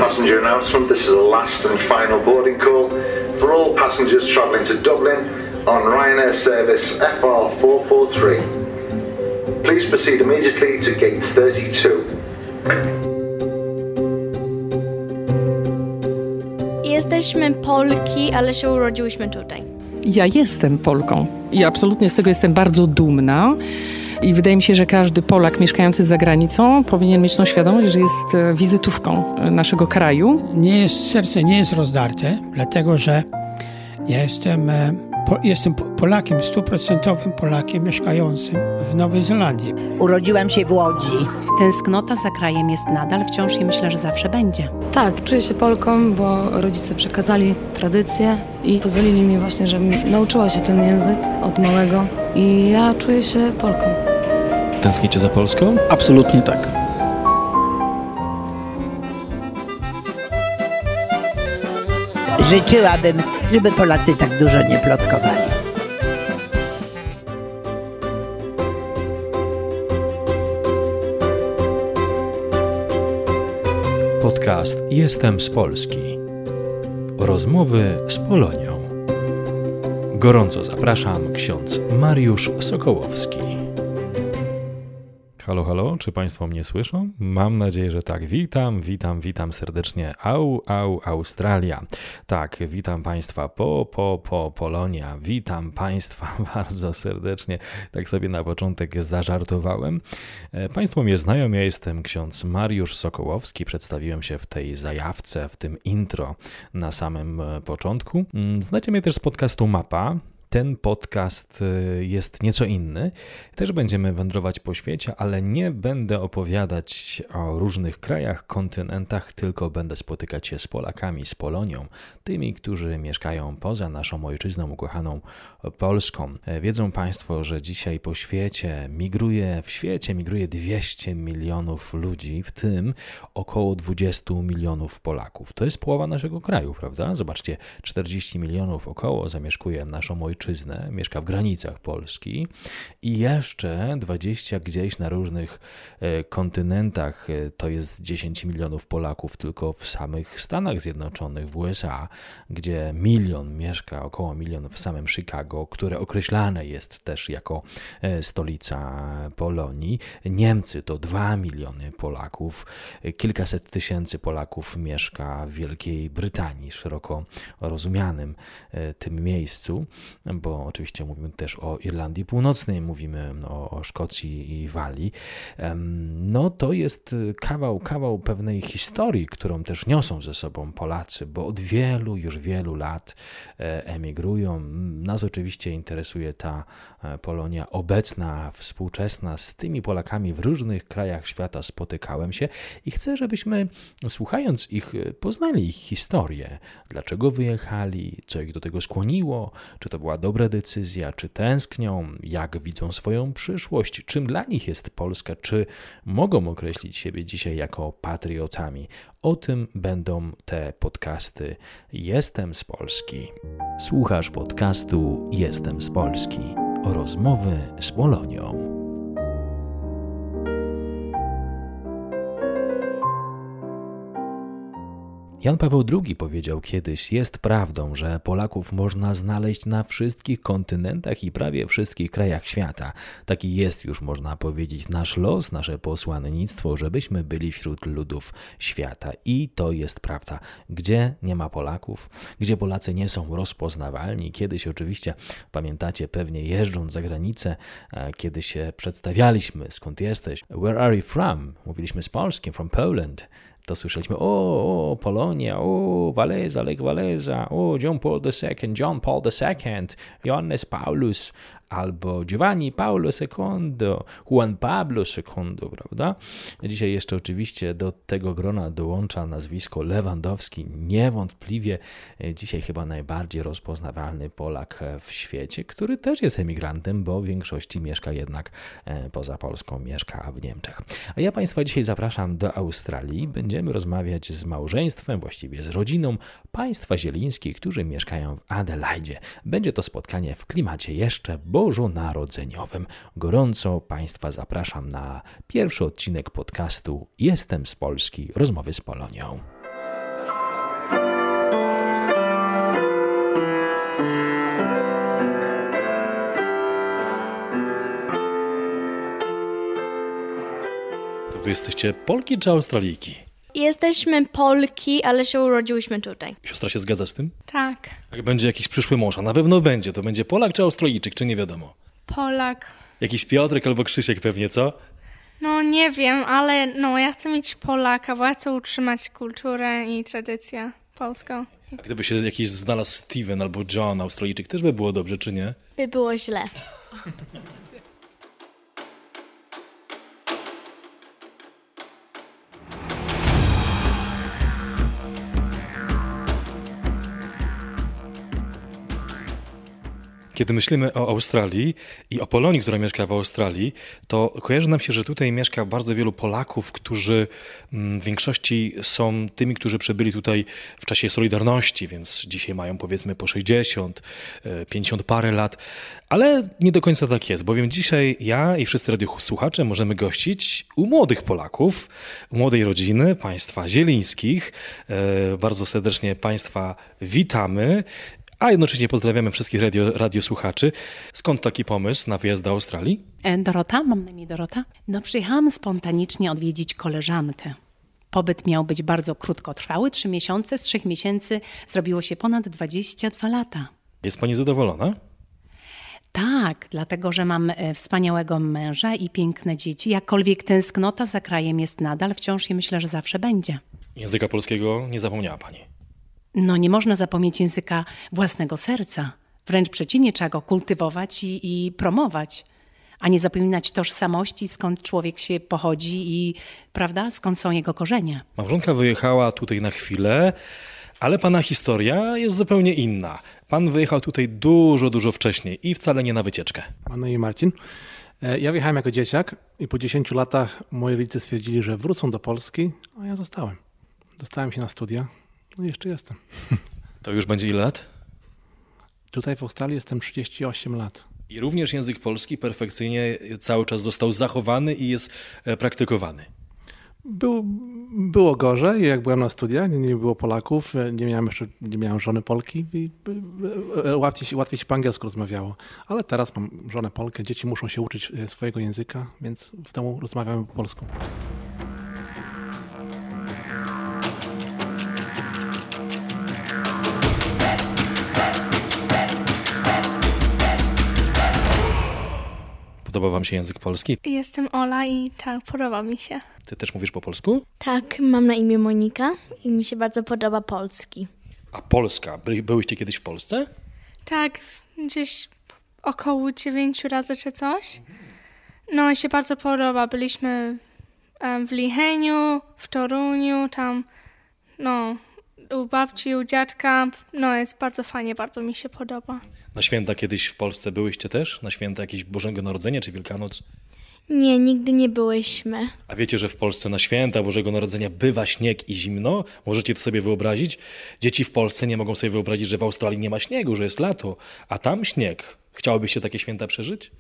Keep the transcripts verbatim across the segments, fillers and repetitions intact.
passenger announcement. This is a last and final boarding call for all passengers travelling to Dublin on Ryanair service F R four four three. Please proceed immediately to gate thirty-two. Jesteśmy Polki, ale się urodziłyśmy tutaj. Ja jestem Polką i absolutnie z tego jestem bardzo dumna. I wydaje mi się, że każdy Polak mieszkający za granicą powinien mieć tą świadomość, że jest wizytówką naszego kraju. Nie jest, serce nie jest rozdarte, dlatego że ja jestem, po, jestem Polakiem, stuprocentowym Polakiem mieszkającym w Nowej Zelandii. Urodziłam się w Łodzi. Tęsknota za krajem jest nadal wciąż i myślę, że zawsze będzie. Tak, czuję się Polką, bo rodzice przekazali tradycję i pozwolili mi właśnie, żebym nauczyła się ten język od małego i ja czuję się Polką. Tęsknicie za Polską? Absolutnie tak. Życzyłabym, żeby Polacy tak dużo nie plotkowali. Podcast Jestem z Polski. Rozmowy z Polonią. Gorąco zapraszam ksiądz Mariusz Sokołowski. Halo, halo, czy Państwo mnie słyszą? Mam nadzieję, że tak. Witam, witam, witam serdecznie. Au, au, Australia. Tak, witam Państwa po, po, po Polonia. Witam Państwa bardzo serdecznie. Tak sobie na początek zażartowałem. Państwo mnie znają, ja jestem ksiądz Mariusz Sokołowski. Przedstawiłem się w tej zajawce, w tym intro na samym początku. Znacie mnie też z podcastu Mapa. Ten podcast jest nieco inny. Też będziemy wędrować po świecie, ale nie będę opowiadać o różnych krajach, kontynentach, tylko będę spotykać się z Polakami, z Polonią, tymi, którzy mieszkają poza naszą ojczyzną ukochaną Polską. Wiedzą Państwo, że dzisiaj po świecie migruje, w świecie migruje dwieście milionów ludzi, w tym około dwadzieścia milionów Polaków. To jest połowa naszego kraju, prawda? Zobaczcie, czterdzieści milionów około zamieszkuje naszą ojczyznę. Ojczyznę, mieszka w granicach Polski i jeszcze dwadzieścia gdzieś na różnych e, kontynentach, e, to jest dziesięć milionów Polaków tylko w samych Stanach Zjednoczonych, w U S A, gdzie milion mieszka, około milion w samym Chicago, które określane jest też jako e, stolica Polonii. Niemcy to dwa miliony Polaków, e, kilkaset tysięcy Polaków mieszka w Wielkiej Brytanii, szeroko rozumianym e, tym miejscu, bo oczywiście mówimy też o Irlandii Północnej, mówimy o, o Szkocji i Walii. No to jest kawał, kawał pewnej historii, którą też niosą ze sobą Polacy, bo od wielu, już wielu lat emigrują. Nas oczywiście interesuje ta Polonia obecna, współczesna. Z tymi Polakami w różnych krajach świata spotykałem się i chcę, żebyśmy słuchając ich, poznali ich historię. Dlaczego wyjechali, co ich do tego skłoniło, czy to była dobra decyzja, czy tęsknią, jak widzą swoją przyszłość, czym dla nich jest Polska, czy mogą określić siebie dzisiaj jako patriotami. O tym będą te podcasty Jestem z Polski. Słuchasz podcastu Jestem z Polski. Rozmowy z Polonią. Jan Paweł drugi powiedział kiedyś, jest prawdą, że Polaków można znaleźć na wszystkich kontynentach i prawie wszystkich krajach świata. Taki jest już, można powiedzieć, nasz los, nasze posłannictwo, żebyśmy byli wśród ludów świata. I to jest prawda. Gdzie nie ma Polaków, gdzie Polacy nie są rozpoznawalni. Kiedyś oczywiście, pamiętacie, pewnie jeżdżąc za granicę, kiedy się przedstawialiśmy, skąd jesteś, where are you from? Mówiliśmy z Polski, from Poland. To słyszeliśmy, o, o, Polonia, o, Walesa, Lech Walesa, o, John Paul the second, John Paul the second, Johannes Paulus, albo Giovanni Paolo secondo, Juan Pablo secondo, prawda? Dzisiaj jeszcze oczywiście do tego grona dołącza nazwisko Lewandowski, niewątpliwie dzisiaj chyba najbardziej rozpoznawalny Polak w świecie, który też jest emigrantem, bo w większości mieszka jednak poza Polską, mieszka w Niemczech. A ja Państwa dzisiaj zapraszam do Australii. Będziemy rozmawiać z małżeństwem, właściwie z rodziną państwa zielińskich, którzy mieszkają w Adelaidzie. Będzie to spotkanie w klimacie jeszcze bożonarodzeniowym. Gorąco Państwa zapraszam na pierwszy odcinek podcastu Jestem z Polski, rozmowy z Polonią. To wy jesteście Polki czy Australijki? Jesteśmy Polki, ale się urodziłyśmy tutaj. Siostra się zgadza z tym? Tak. Jak będzie jakiś przyszły mąż, a na pewno będzie, to będzie Polak czy Australijczyk, czy nie wiadomo? Polak. Jakiś Piotrek albo Krzysiek pewnie, co? No nie wiem, ale no ja chcę mieć Polaka, bo ja chcę utrzymać kulturę i tradycję polską. A gdyby się jakiś znalazł Steven albo John, Australijczyk, też by było dobrze, czy nie? By było źle. Kiedy myślimy o Australii i o Polonii, która mieszka w Australii, to kojarzy nam się, że tutaj mieszka bardzo wielu Polaków, którzy w większości są tymi, którzy przybyli tutaj w czasie Solidarności, więc dzisiaj mają powiedzmy po sześćdziesiąt, pięćdziesiąt parę lat, ale nie do końca tak jest, bowiem dzisiaj ja i wszyscy radiosłuchacze możemy gościć u młodych Polaków, u młodej rodziny, państwa Zielińskich. Bardzo serdecznie państwa witamy. A jednocześnie pozdrawiamy wszystkich radio, radiosłuchaczy. Skąd taki pomysł na wyjazd do Australii? Dorota, mam na imię Dorota. No przyjechałam spontanicznie odwiedzić koleżankę. Pobyt miał być bardzo krótkotrwały, trzy miesiące. Z trzech miesięcy zrobiło się ponad dwadzieścia dwa lata. Jest pani zadowolona? Tak, dlatego że mam wspaniałego męża i piękne dzieci. Jakkolwiek tęsknota za krajem jest nadal, wciąż i myślę, że zawsze będzie. Języka polskiego nie zapomniała pani? No nie można zapomnieć języka własnego serca. Wręcz przeciwnie, trzeba go kultywować i, i promować, a nie zapominać tożsamości, skąd człowiek się pochodzi i, prawda, skąd są jego korzenie. Małżonka wyjechała tutaj na chwilę, ale pana historia jest zupełnie inna. Pan wyjechał tutaj dużo, dużo wcześniej i wcale nie na wycieczkę. Mam na imię Marcin. Ja wyjechałem jako dzieciak i po dziesięciu latach moi rodzice stwierdzili, że wrócą do Polski, a ja zostałem. Dostałem się na studia. No i jeszcze jestem. To już będzie ile lat? Tutaj w Australii jestem trzydzieści osiem lat. I również język polski perfekcyjnie cały czas został zachowany i jest praktykowany. Był, było gorzej, jak byłem na studiach, nie, nie było Polaków, nie miałem jeszcze nie miałem żony Polki i łatwiej, łatwiej się po angielsku rozmawiało. Ale teraz mam żonę Polkę, dzieci muszą się uczyć swojego języka, więc w domu rozmawiamy po polsku. Podoba wam się język polski? Jestem Ola i tak, podoba mi się. Ty też mówisz po polsku? Tak, mam na imię Monika i mi się bardzo podoba polski. A Polska? By, byłyście kiedyś w Polsce? Tak, gdzieś około dziewięciu razy czy coś. No i się bardzo podoba. Byliśmy w Licheniu, w Toruniu, tam no u babci, u dziadka. No jest bardzo fajnie, bardzo mi się podoba. Na święta kiedyś w Polsce byłyście też? Na święta jakieś Bożego Narodzenia czy Wielkanoc? Nie, nigdy nie byłyśmy. A wiecie, że w Polsce na święta Bożego Narodzenia bywa śnieg i zimno? Możecie to sobie wyobrazić? Dzieci w Polsce nie mogą sobie wyobrazić, że w Australii nie ma śniegu, że jest lato, a tam śnieg. Chciałybyście takie święta przeżyć?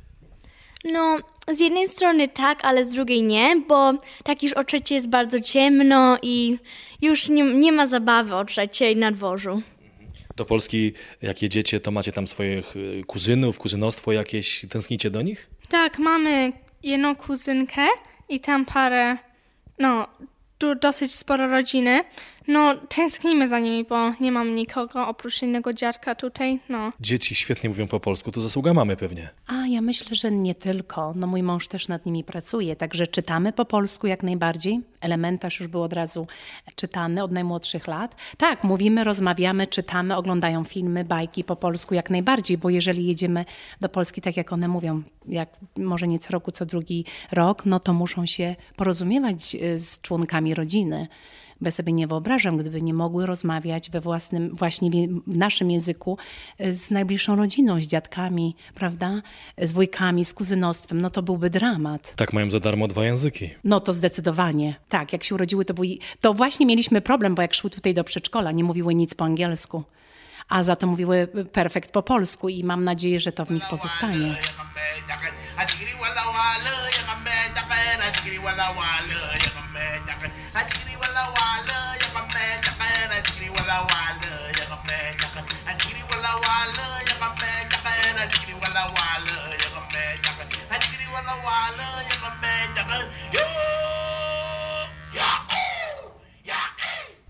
No, z jednej strony tak, ale z drugiej nie, bo tak już o trzeciej jest bardzo ciemno i już nie, nie ma zabawy o trzeciej na dworzu. Do Polski, jak jedziecie, to macie tam swoich kuzynów, kuzynostwo jakieś, tęsknicie do nich? Tak, mamy jedną kuzynkę i tam parę, no, tu dosyć sporo rodziny. No, tęsknimy za nimi, bo nie mam nikogo oprócz innego dziadka tutaj, no. Dzieci świetnie mówią po polsku, to zasługa mamy pewnie. A ja myślę, że nie tylko. No mój mąż też nad nimi pracuje, także czytamy po polsku jak najbardziej. Elementarz już był od razu czytany od najmłodszych lat. Tak, mówimy, rozmawiamy, czytamy, oglądają filmy, bajki po polsku jak najbardziej, bo jeżeli jedziemy do Polski, tak jak one mówią, jak może nie co roku, co drugi rok, no to muszą się porozumiewać z członkami rodziny. Bo ja sobie nie wyobrażam, gdyby nie mogły rozmawiać we własnym, właśnie w naszym języku z najbliższą rodziną, z dziadkami, prawda, z wujkami, z kuzynostwem, no to byłby dramat. Tak, mają za darmo dwa języki. No to zdecydowanie. Tak, jak się urodziły, to, był, to właśnie mieliśmy problem, bo jak szły tutaj do przedszkola, nie mówiły nic po angielsku, a za to mówiły perfekt po polsku i mam nadzieję, że to w nich pozostanie.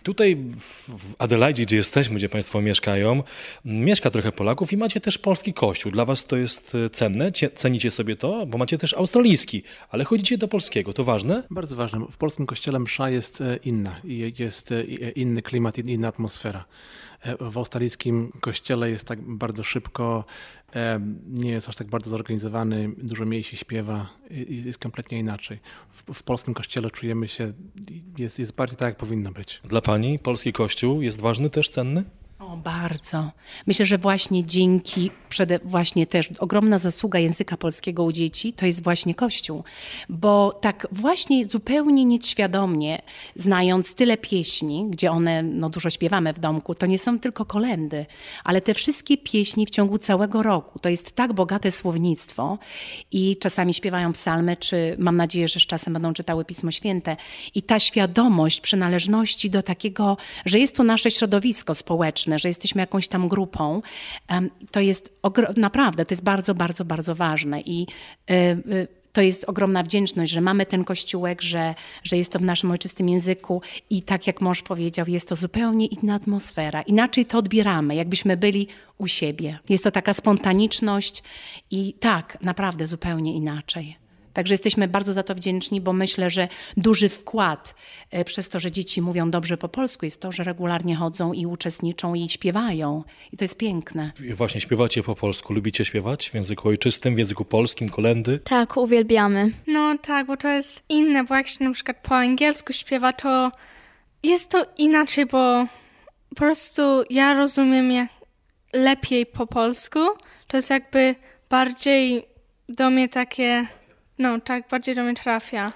Tutaj w Adelaidzie, gdzie jesteśmy, gdzie państwo mieszkają, mieszka trochę Polaków i macie też polski kościół. Dla was to jest cenne? Cenicie sobie to? Bo macie też australijski, ale chodzicie do polskiego. To ważne? Bardzo ważne. W polskim kościele msza jest inna. Jest inny klimat, inna atmosfera. W australijskim kościele jest tak bardzo szybko, nie jest aż tak bardzo zorganizowany, dużo mniej się śpiewa, jest kompletnie inaczej. W, w polskim kościele czujemy się, jest, jest bardziej tak, jak powinno być. Dla pani polski kościół jest ważny, też cenny? O, bardzo. Myślę, że właśnie dzięki, przede, właśnie też ogromna zasługa języka polskiego u dzieci to jest właśnie Kościół. Bo tak właśnie zupełnie nieświadomie, znając tyle pieśni, gdzie one, no dużo śpiewamy w domku, to nie są tylko kolędy, ale te wszystkie pieśni w ciągu całego roku. To jest tak bogate słownictwo i czasami śpiewają psalmy, czy mam nadzieję, że z czasem będą czytały Pismo Święte. I ta świadomość przynależności do takiego, że jest to nasze środowisko społeczne, że jesteśmy jakąś tam grupą, to jest naprawdę, to jest bardzo, bardzo, bardzo ważne i to jest ogromna wdzięczność, że mamy ten kościółek, że, że jest to w naszym ojczystym języku i tak jak mąż powiedział, jest to zupełnie inna atmosfera. Inaczej to odbieramy, jakbyśmy byli u siebie. Jest to taka spontaniczność i tak, naprawdę zupełnie inaczej. Także jesteśmy bardzo za to wdzięczni, bo myślę, że duży wkład przez to, że dzieci mówią dobrze po polsku, jest to, że regularnie chodzą i uczestniczą i śpiewają. I to jest piękne. I właśnie śpiewacie po polsku. Lubicie śpiewać w języku ojczystym, w języku polskim, kolędy? Tak, uwielbiamy. No tak, bo to jest inne, bo jak się na przykład po angielsku śpiewa, to jest to inaczej, bo po prostu ja rozumiem jak lepiej po polsku. To jest jakby bardziej do mnie takie... No, tak bardziej do mnie trafia.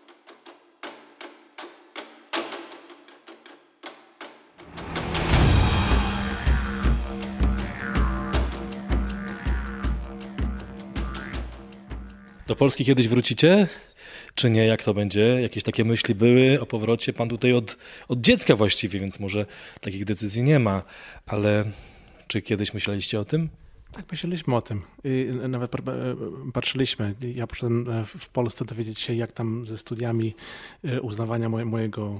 Do Polski kiedyś wrócicie? Czy nie? Jak to będzie? Jakieś takie myśli były o powrocie? Pan tutaj od, od dziecka właściwie, więc może takich decyzji nie ma. Ale czy kiedyś myśleliście o tym? Tak, myśleliśmy o tym. I nawet patrzyliśmy. Ja poszedłem w Polsce dowiedzieć się, jak tam ze studiami uznawania mojego,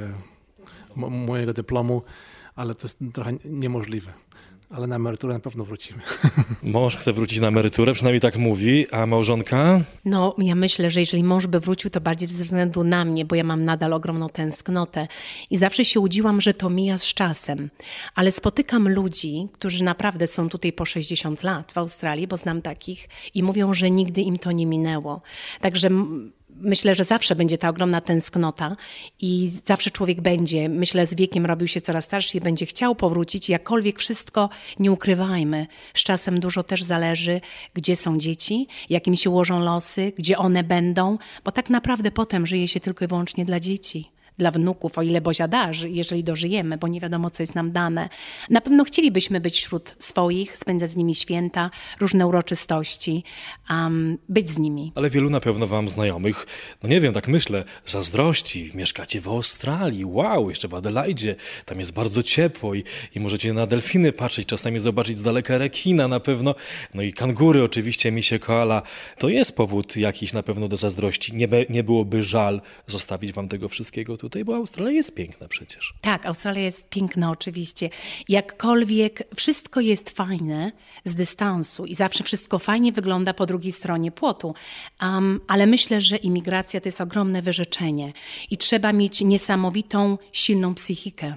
mojego dyplomu, ale to jest trochę niemożliwe. Ale na emeryturę na pewno wrócimy. Mąż chce wrócić na emeryturę, przynajmniej tak mówi, a małżonka? No, ja myślę, że jeżeli mąż by wrócił, to bardziej ze względu na mnie, bo ja mam nadal ogromną tęsknotę i zawsze się łudziłam, że to mija z czasem. Ale spotykam ludzi, którzy naprawdę są tutaj po sześćdziesiąt lat w Australii, bo znam takich i mówią, że nigdy im to nie minęło. Także... Myślę, że zawsze będzie ta ogromna tęsknota i zawsze człowiek będzie, myślę, z wiekiem robił się coraz starszy i będzie chciał powrócić. Jakkolwiek wszystko nie ukrywajmy. Z czasem dużo też zależy, gdzie są dzieci, jak im się ułożą losy, gdzie one będą, bo tak naprawdę potem żyje się tylko i wyłącznie dla dzieci. Dla wnuków, o ile Bozia darzy, jeżeli dożyjemy, bo nie wiadomo, co jest nam dane. Na pewno chcielibyśmy być wśród swoich, spędzać z nimi święta, różne uroczystości, um, być z nimi. Ale wielu na pewno wam znajomych, no nie wiem, tak myślę, zazdrości. Mieszkacie w Australii, wow, jeszcze w Adelaidzie, tam jest bardzo ciepło i, i możecie na delfiny patrzeć, czasami zobaczyć z daleka rekina na pewno, no i kangury oczywiście, misie, koala. To jest powód jakiś na pewno do zazdrości. Nie, be, nie byłoby żal zostawić wam tego wszystkiego tutaj, bo Australia jest piękna przecież. Tak, Australia jest piękna oczywiście. Jakkolwiek wszystko jest fajne z dystansu i zawsze wszystko fajnie wygląda po drugiej stronie płotu, um, ale myślę, że imigracja to jest ogromne wyrzeczenie i trzeba mieć niesamowitą, silną psychikę,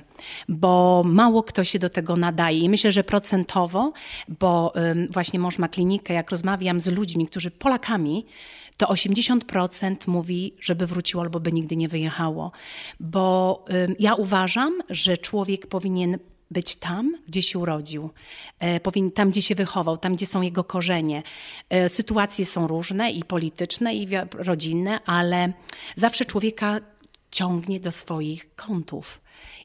bo mało kto się do tego nadaje. I myślę, że procentowo, bo um, właśnie mąż ma klinikę, jak rozmawiam z ludźmi, którzy Polakami, to osiemdziesiąt procent mówi, żeby wróciło albo by nigdy nie wyjechało. Bo y, ja uważam, że człowiek powinien być tam, gdzie się urodził, e, powinien, tam, gdzie się wychował, tam, gdzie są jego korzenie. E, sytuacje są różne i polityczne, i rodzinne, ale zawsze człowieka ciągnie do swoich kątów.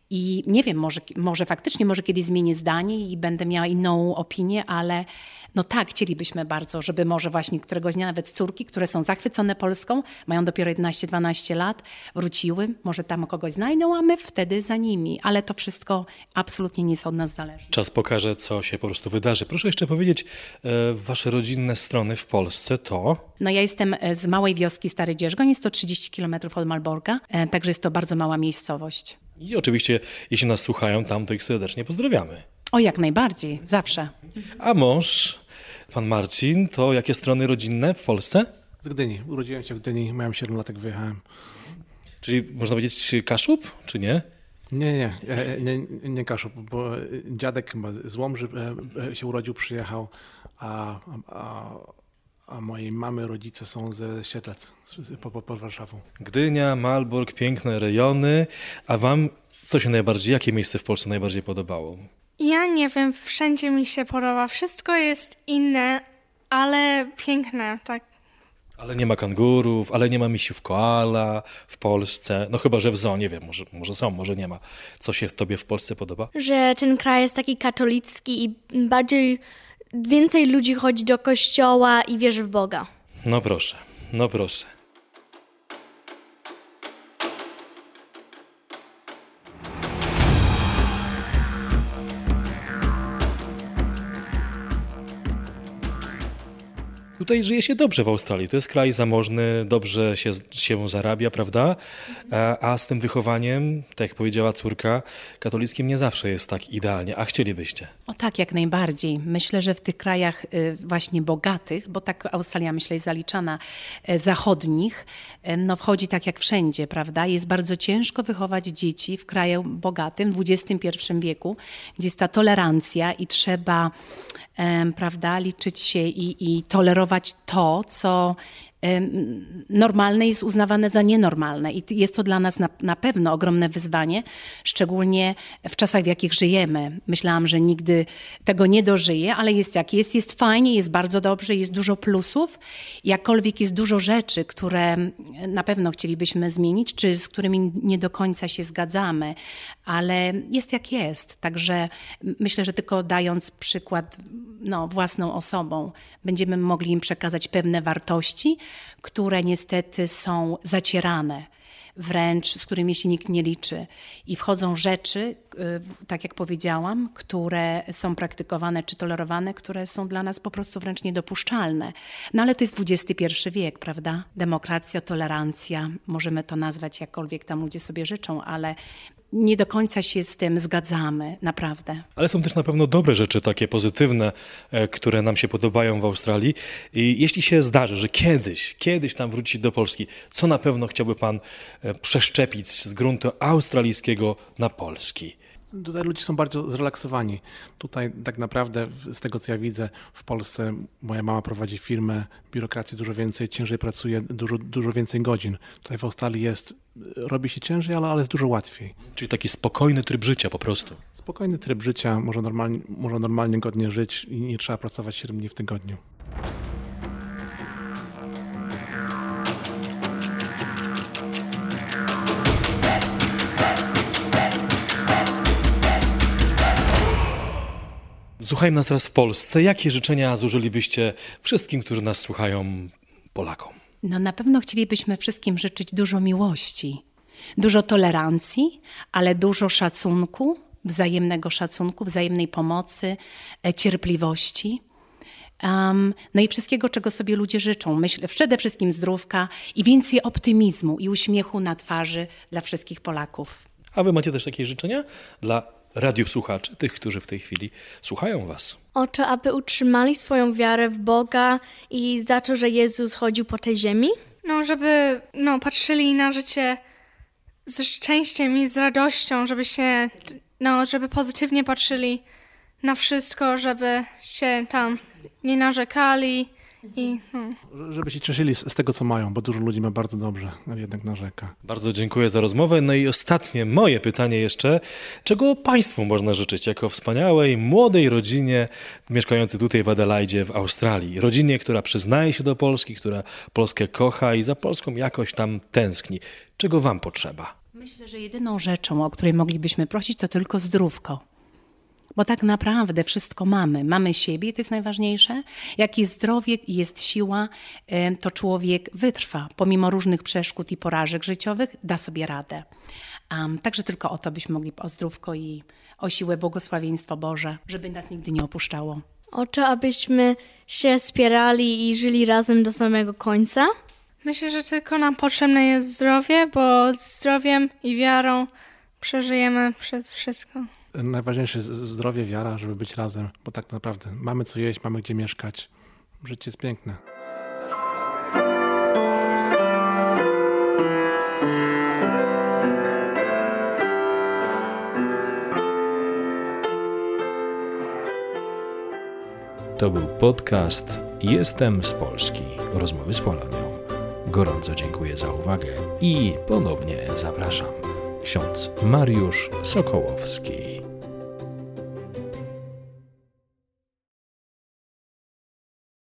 I nie wiem, może, może faktycznie, może kiedyś zmienię zdanie i będę miała inną opinię, ale no tak, chcielibyśmy bardzo, żeby może właśnie któregoś dnia nawet córki, które są zachwycone Polską, mają dopiero jedenaście dwanaście lat, wróciły, może tam kogoś znajdą, a my wtedy za nimi. Ale to wszystko absolutnie nie jest od nas zależne. Czas pokaże, co się po prostu wydarzy. Proszę jeszcze powiedzieć, e, wasze rodzinne strony w Polsce to? No ja jestem z małej wioski Stary Dzierżgoń, jest to trzydzieści kilometrów od Malborka, e, także jest to bardzo mała miejscowość. I oczywiście, jeśli nas słuchają tam, to ich serdecznie pozdrawiamy. O, jak najbardziej, zawsze. A mąż, pan Marcin, to jakie strony rodzinne w Polsce? Z Gdyni. Urodziłem się w Gdyni, miałem siedem lat, jak wyjechałem. Czyli można powiedzieć Kaszub, czy nie? Nie, nie, nie, nie, nie Kaszub, bo dziadek chyba z Łomży się urodził, przyjechał, a, a, a mojej mamy rodzice są ze Siedlec, pod, pod Warszawą. Gdynia, Malbork, piękne rejony. A wam co się najbardziej, jakie miejsce w Polsce najbardziej podobało? Ja nie wiem, wszędzie mi się podoba. Wszystko jest inne, ale piękne, tak. Ale nie ma kangurów, ale nie ma misiów koala w Polsce. No chyba, że w zoo, nie wiem, może, może są, może nie ma. Co się tobie w Polsce podoba? Że ten kraj jest taki katolicki i bardziej, więcej ludzi chodzi do kościoła i wierzy w Boga. No proszę, no proszę. Tutaj żyje się dobrze w Australii. To jest kraj zamożny, dobrze się, się zarabia, prawda? A, a z tym wychowaniem, tak jak powiedziała córka, katolickim nie zawsze jest tak idealnie. A chcielibyście? O tak, jak najbardziej. Myślę, że w tych krajach y, właśnie bogatych, bo tak Australia, myślę, jest zaliczana, y, zachodnich, y, no wchodzi tak jak wszędzie, prawda? Jest bardzo ciężko wychować dzieci w kraju bogatym w dwudziestym pierwszym wieku, gdzie jest ta tolerancja i trzeba, y, prawda, liczyć się i, i tolerować to, co normalne jest uznawane za nienormalne i jest to dla nas na, na pewno ogromne wyzwanie, szczególnie w czasach, w jakich żyjemy. Myślałam, że nigdy tego nie dożyję, ale jest jak jest, jest fajnie, jest bardzo dobrze, jest dużo plusów, jakkolwiek jest dużo rzeczy, które na pewno chcielibyśmy zmienić, czy z którymi nie do końca się zgadzamy, ale jest jak jest, także myślę, że tylko dając przykład no, własną osobą, będziemy mogli im przekazać pewne wartości, które niestety są zacierane, wręcz z którymi się nikt nie liczy. I wchodzą rzeczy, tak jak powiedziałam, które są praktykowane czy tolerowane, które są dla nas po prostu wręcz niedopuszczalne. No ale to jest dwudziesty pierwszy wiek, prawda? Demokracja, tolerancja, możemy to nazwać jakkolwiek tam ludzie sobie życzą, ale nie do końca się z tym zgadzamy, naprawdę. Ale są też na pewno dobre rzeczy, takie pozytywne, które nam się podobają w Australii. I jeśli się zdarzy, że kiedyś, kiedyś tam wróci do Polski, co na pewno chciałby pan przeszczepić z gruntu australijskiego na polski? Tutaj ludzie są bardzo zrelaksowani. Tutaj tak naprawdę z tego, co ja widzę w Polsce, moja mama prowadzi firmę, biurokracji dużo więcej, ciężej pracuje, dużo, dużo więcej godzin. Tutaj w Australii jest, robi się ciężej, ale, ale jest dużo łatwiej. Czyli taki spokojny tryb życia po prostu. Spokojny tryb życia, można normalnie, można normalnie godnie żyć i nie trzeba pracować siedem dni w tygodniu. Słuchajmy nas teraz w Polsce. Jakie życzenia złożylibyście wszystkim, którzy nas słuchają, Polakom? No na pewno chcielibyśmy wszystkim życzyć dużo miłości, dużo tolerancji, ale dużo szacunku, wzajemnego szacunku, wzajemnej pomocy, cierpliwości. Um, no i wszystkiego, czego sobie ludzie życzą. Myślę, przede wszystkim zdrówka i więcej optymizmu i uśmiechu na twarzy dla wszystkich Polaków. A wy macie też takie życzenia dla radiosłuchaczy, tych, którzy w tej chwili słuchają was? O to, aby utrzymali swoją wiarę w Boga i za to, że Jezus chodził po tej ziemi. No, żeby no, patrzyli na życie ze szczęściem i z radością, żeby się, no, żeby pozytywnie patrzyli na wszystko, żeby się tam nie narzekali i no. Żeby się cieszyli z, z tego, co mają, bo dużo ludzi ma bardzo dobrze, ale jednak narzeka. Bardzo dziękuję za rozmowę. No i ostatnie moje pytanie jeszcze. Czego państwu można życzyć jako wspaniałej, młodej rodzinie mieszkającej tutaj w Adelaidzie w Australii? Rodzinie, która przyznaje się do Polski, która Polskę kocha i za Polską jakoś tam tęskni. Czego wam potrzeba? Myślę, że jedyną rzeczą, o której moglibyśmy prosić, to tylko zdrówko. Bo tak naprawdę wszystko mamy. Mamy siebie, to jest najważniejsze. Jak jest zdrowie i jest siła, to człowiek wytrwa. Pomimo różnych przeszkód i porażek życiowych da sobie radę. Um, także tylko o to byśmy mogli, o zdrówko i o siłę, błogosławieństwo Boże, żeby nas nigdy nie opuszczało. O to, abyśmy się wspierali i żyli razem do samego końca. Myślę, że tylko nam potrzebne jest zdrowie, bo zdrowiem i wiarą przeżyjemy przez wszystko. Najważniejsze jest zdrowie, wiara, żeby być razem, bo tak naprawdę mamy co jeść, mamy gdzie mieszkać. Życie jest piękne. To był podcast Jestem z Polski. Rozmowy z Polonią. Gorąco dziękuję za uwagę i ponownie zapraszam. Ksiądz Mariusz Sokołowski.